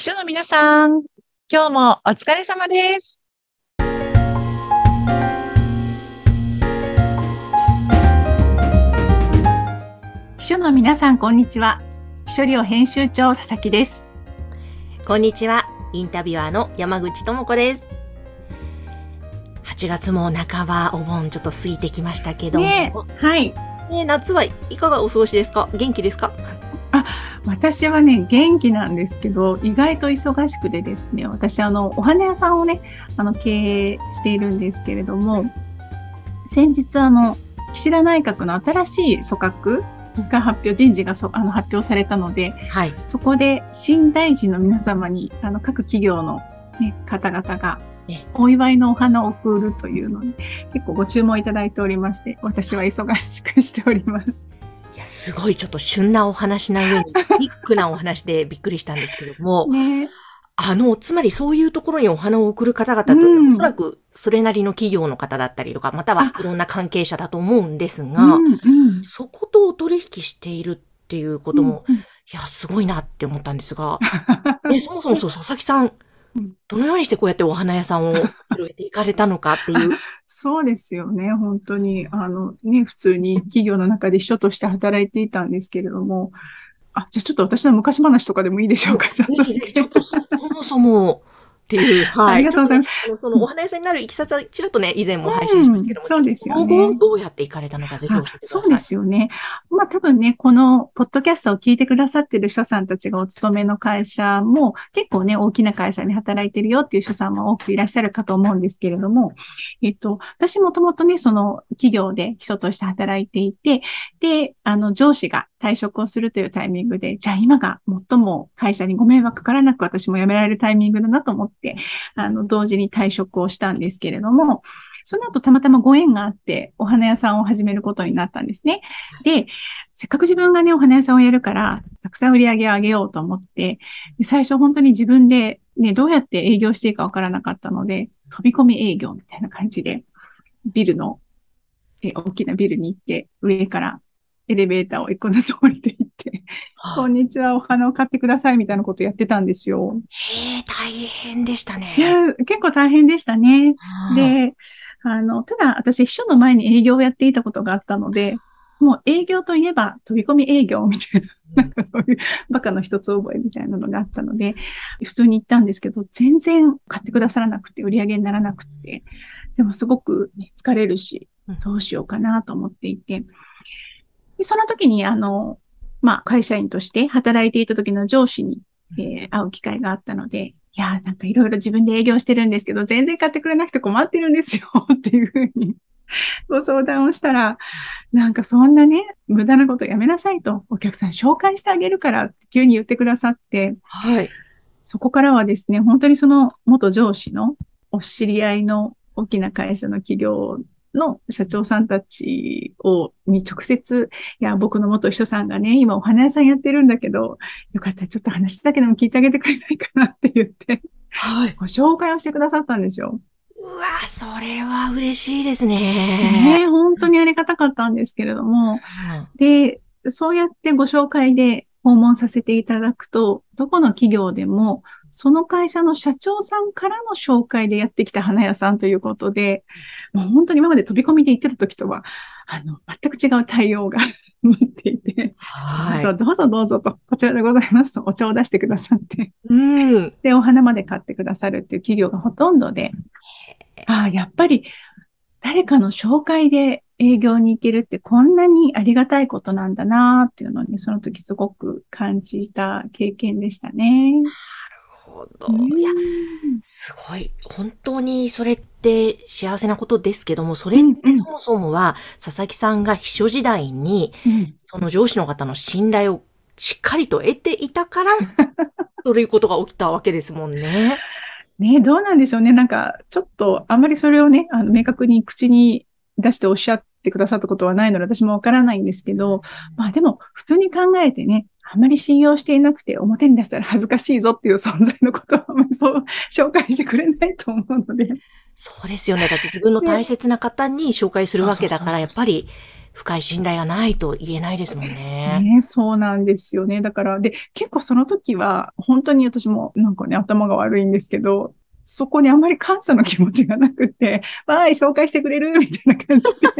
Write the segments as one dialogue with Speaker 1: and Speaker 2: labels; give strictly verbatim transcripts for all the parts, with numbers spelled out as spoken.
Speaker 1: 秘書の皆さん、今日もお疲れ様です。秘書の皆さん、こんにちは。秘書寮編集長佐々木です。
Speaker 2: こんにちは。インタビュアーの山口智子です。はちがつも半ば、お盆ちょっと過ぎてきましたけども、
Speaker 1: ね、はい。
Speaker 2: ね、夏はいかがお過ごしですか？元気ですか？
Speaker 1: あ、私はね、元気なんですけど、意外と忙しくてですね、私、あの、お花屋さんをね、あの、経営しているんですけれども、先日、あの、岸田内閣の新しい組閣が発表、人事がそあの発表されたので、はい、そこで新大臣の皆様に、あの、各企業の、ね、方々が、お祝いのお花を贈るというのに、結構ご注文いただいておりまして、私は忙しくしております。
Speaker 2: いや、すごいちょっと旬なお話な上に、ビッグなお話でびっくりしたんですけども、ね、あの、つまりそういうところにお花を贈る方々というのは、うん、おそらくそれなりの企業の方だったりとか、またはいろんな関係者だと思うんですが、うんうん、そことお取引しているっていうことも、うんうん、いや、すごいなって思ったんですが、えそもそもそう、佐々木さん、どのようにしてこうやってお花屋さんを広げていかれたのかっていう。
Speaker 1: そうですよね。本当に、あのね、普通に企業の中で秘書として働いていたんですけれども、あ、じゃあちょっと私の昔話とかでもいいでしょうか？
Speaker 2: ぜひぜひ、ちょっとそもそもっていう、はい。
Speaker 1: ありがとうございます。
Speaker 2: ね、そのお花屋さんになるいきさつは、ちらっとね、以前も配信しましたけども、うん、
Speaker 1: そうですよね。
Speaker 2: その後、どうやって行かれたのか、ぜひ教えてください。
Speaker 1: そうですよね。まあ多分ね、このポッドキャストを聞いてくださっている秘書さんたちがお勤めの会社も、結構ね、大きな会社に働いてるよっていう秘書さんも多くいらっしゃるかと思うんですけれども、えっと、私もともとね、その企業で秘書として働いていて、で、あの、上司が退職をするというタイミングで、じゃあ今が最も会社にご迷惑かからなく私も辞められるタイミングだなと思って、あの、同時に退職をしたんですけれども、その後たまたまご縁があって、お花屋さんを始めることになったんですね。で、せっかく自分がね、お花屋さんをやるから、たくさん売り上げを上げようと思って、最初本当に自分でね、どうやって営業していいかわからなかったので、飛び込み営業みたいな感じで、ビルの、え大きなビルに行って、上からエレベーターを一個ずつ降りていって、こんにちは、お花を買ってくださいみたいなことをやってたんですよ。
Speaker 2: へえ、大変でしたね。
Speaker 1: いや、結構大変でしたね。で、あの、ただ私、秘書の前に営業をやっていたことがあったので、もう営業といえば飛び込み営業みたいな、なんかそういうバカの一つ覚えみたいなのがあったので、普通に行ったんですけど、全然買ってくださらなくて、売り上げにならなくて、でもすごく、ね、疲れるし、どうしようかなと思っていて、でその時に、あの、まあ、会社員として働いていた時の上司に、えー、会う機会があったので、いや、なんかいろいろ自分で営業してるんですけど、全然買ってくれなくて困ってるんですよっていうふうにご相談をしたら、なんかそんなね、無駄なことやめなさいと、お客さん紹介してあげるからって急に言ってくださって、
Speaker 2: はい。
Speaker 1: そこからはですね、本当にその元上司のお知り合いの大きな会社の企業の社長さんたちを、に直接、いや、僕の元秘書さんがね、今お花屋さんやってるんだけど、よかったらちょっと話だけでも聞いてあげてくれないかなって言って、はい。ご紹介をしてくださったんですよ。
Speaker 2: うわ、それは嬉しいですね。
Speaker 1: ね、本当にありがたかったんですけれども、うん、で、そうやってご紹介で訪問させていただくと、どこの企業でも、その会社の社長さんからの紹介でやってきた花屋さんということで、もう本当に今まで飛び込みで行ってた時とは、あの、全く違う対応が待っていて、はい、どうぞどうぞと、こちらでございますとお茶を出してくださって、うん、で、お花まで買ってくださるっていう企業がほとんどで、ああ、やっぱり誰かの紹介で営業に行けるってこんなにありがたいことなんだなっていうのをね、その時すごく感じた経験でしたね。
Speaker 2: なるほど。いや、すごい。本当にそれって幸せなことですけども、それってそもそもは佐々木さんが秘書時代に、うん、その上司の方の信頼をしっかりと得ていたから、そういうことが起きたわけですもんね。
Speaker 1: ね、どうなんでしょうね。なんか、ちょっと、あまりそれをね、あの、明確に口に出しておっしゃってくださったことはないので、私もわからないんですけど、まあでも、普通に考えてね、あまり信用していなくて、表に出したら恥ずかしいぞっていう存在のことは、あまりそう、紹介してくれないと思うので。
Speaker 2: そうですよね。だって自分の大切な方に紹介するわけだから、やっぱり、 深い信頼がないと言えないですもんね。
Speaker 1: ね、そうなんですよね。だから、で、結構その時は、本当に私もなんかね、頭が悪いんですけど、そこにあんまり感謝の気持ちがなくて、わーい、紹介してくれるみたいな感じで。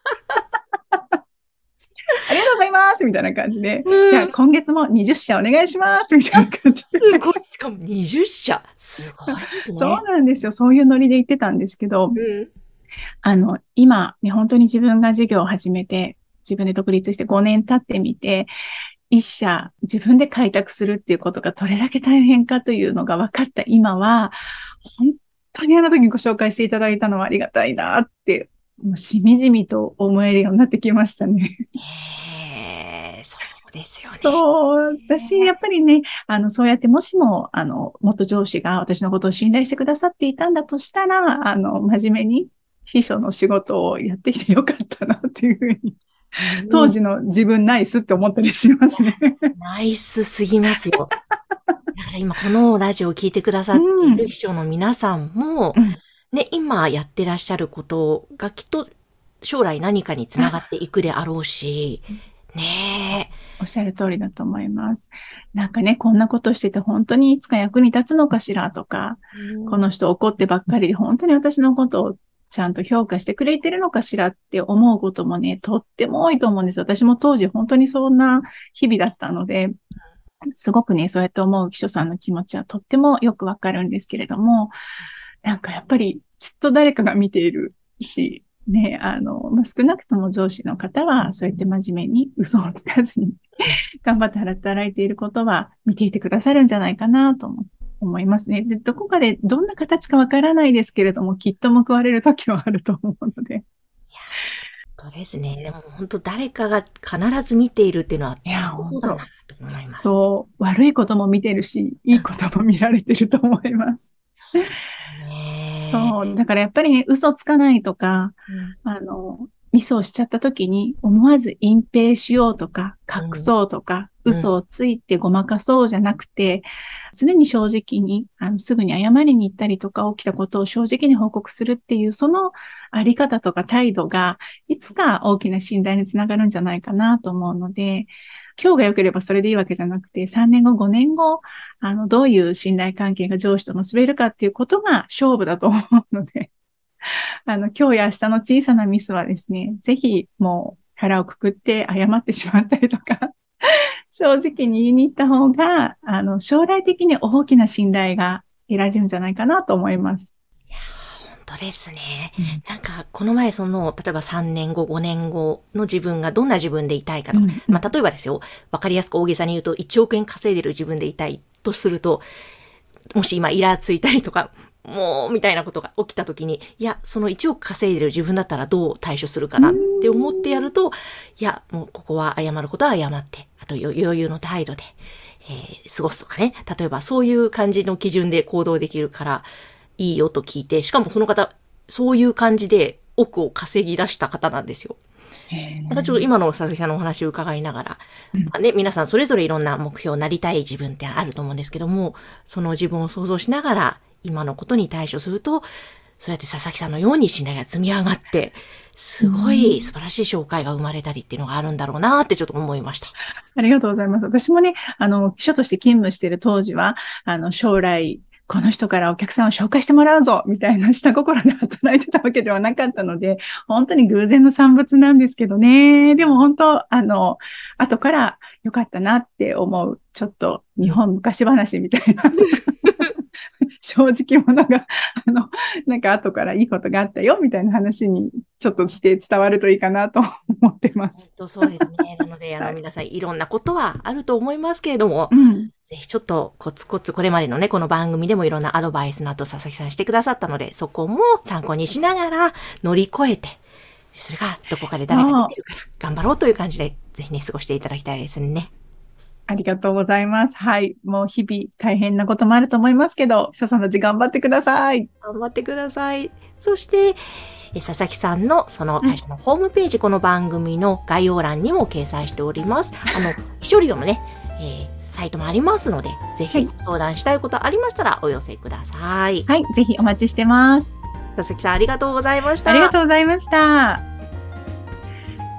Speaker 1: ありがとうございますみたいな感じで、うん、じゃあ今月もにじゅっしゃお願いしますみたいな感じで。
Speaker 2: すごい。しかもにじゅっしゃ。すごいですね。
Speaker 1: そうなんですよ。そういうノリで言ってたんですけど、うん、あの、今、ね、本当に自分が事業を始めて、自分で独立してごねん経ってみて、一社自分で開拓するっていうことがどれだけ大変かというのが分かった今は、本当にあの時にご紹介していただいたのはありがたいなって、もうしみじみと思えるようになってきましたね。
Speaker 2: へー、そうですよね。
Speaker 1: そう、私、やっぱりね、あの、そうやってもしも、あの、元上司が私のことを信頼してくださっていたんだとしたら、あの、真面目に秘書の仕事をやってきてよかったなっていうふうに、当時の自分ナイスって思ったりしますね。
Speaker 2: ナイスすぎますよ。だから今このラジオを聞いてくださっている秘書の皆さんも、うん、ね、今やってらっしゃることがきっと将来何かにつながっていくであろうし、ねえ。
Speaker 1: おっしゃる通りだと思います。なんかね、こんなことしてて本当にいつか役に立つのかしらとか、うん、この人怒ってばっかりで本当に私のことをちゃんと評価してくれてるのかしらって思うこともね、とっても多いと思うんですよ。私も当時本当にそんな日々だったので、すごくね、そうやって思う秘書さんの気持ちはとってもよくわかるんですけれども、なんかやっぱりきっと誰かが見ているし、ね、あの、まあ、少なくとも上司の方はそうやって真面目に嘘をつかずに頑張って働いていることは見ていてくださるんじゃないかなと思思いますね。で、どこかでどんな形かわからないですけれども、きっと報われる時はあると思うので。いや、
Speaker 2: そうですね。でも本当誰かが必ず見ているっていうのは、いや、そうだなと思います。
Speaker 1: そう、悪いことも見てるし、いいことも見られてると思います。そう。だからやっぱりね、嘘つかないとか、うん、あの、ミスをしちゃった時に思わず隠蔽しようとか、隠そうとか、うん、嘘をついてごまかそうじゃなくて、常に正直に、あの、すぐに謝りに行ったりとか、起きたことを正直に報告するっていう、そのあり方とか態度が、いつか大きな信頼につながるんじゃないかなと思うので、今日が良ければそれでいいわけじゃなくて、さんねんご、ごねんご、あの、どういう信頼関係が上司と結べるかっていうことが勝負だと思うので、あの、今日や明日の小さなミスはですね、ぜひもう腹をくくって謝ってしまったりとか、正直に言いに行った方が、あの、将来的に大きな信頼が得られるんじゃないかなと思います。
Speaker 2: いや、本当ですね。うん、なんか、この前その、例えばさんねんご、ごねんごの自分がどんな自分でいたいかとか、うん、まあ、例えばですよ、わかりやすく大げさに言うといちおくえん稼いでる自分でいたいとすると、もし今イラついたりとか、もう、みたいなことが起きたときに、いや、そのいちおく稼いでる自分だったらどう対処するかなって思ってやると、いや、もうここは謝ることは謝って、あと余裕の態度で、えー、過ごすとかね。例えばそういう感じの基準で行動できるから、いいよと聞いて、しかもその方、そういう感じで億を稼ぎ出した方なんですよ。だからちょっと今の佐々木さんのお話を伺いながら、うんまあね、皆さんそれぞれいろんな目標、なりたい自分ってあると思うんですけども、その自分を想像しながら、今のことに対処すると、そうやって佐々木さんのように信頼が積み上がって、すごい素晴らしい紹介が生まれたりっていうのがあるんだろうなってちょっと思いました。
Speaker 1: ありがとうございます。私もね、あの、秘書として勤務している当時は、あの、将来、この人からお客さんを紹介してもらうぞみたいな下心で働いてたわけではなかったので、本当に偶然の産物なんですけどね。でも本当、あの、後から良かったなって思う、ちょっと日本昔話みたいな。正直者が、あの、なんか後からいいことがあったよ、みたいな話にちょっとして伝わるといいかなと思ってます。
Speaker 2: 本当そうですね。なので、あの、はい、皆さんいろんなことはあると思いますけれども、うん、ぜひちょっとコツコツこれまでのね、この番組でもいろんなアドバイスなど佐々木さんしてくださったので、そこも参考にしながら乗り越えて、それがどこかで誰か見てるから頑張ろうという感じで、ぜひね、過ごしていただきたいですね。
Speaker 1: ありがとうございます。はい。もう日々大変なこともあると思いますけど、秘書さんたち頑張ってください。
Speaker 2: 頑張ってください。そして、え佐々木さんのその会社のホームページ、うん、この番組の概要欄にも掲載しております。あの、秘書利用のね、えー、サイトもありますので、ぜひ相談したいことありましたらお寄せください。
Speaker 1: はい。ぜひお待ちしてます。
Speaker 2: 佐々木さんありがとうございました。
Speaker 1: ありがとうございました。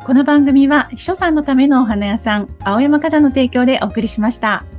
Speaker 1: この番組は秘書さんのためのお花屋さん、青山花壇の提供でお送りしました。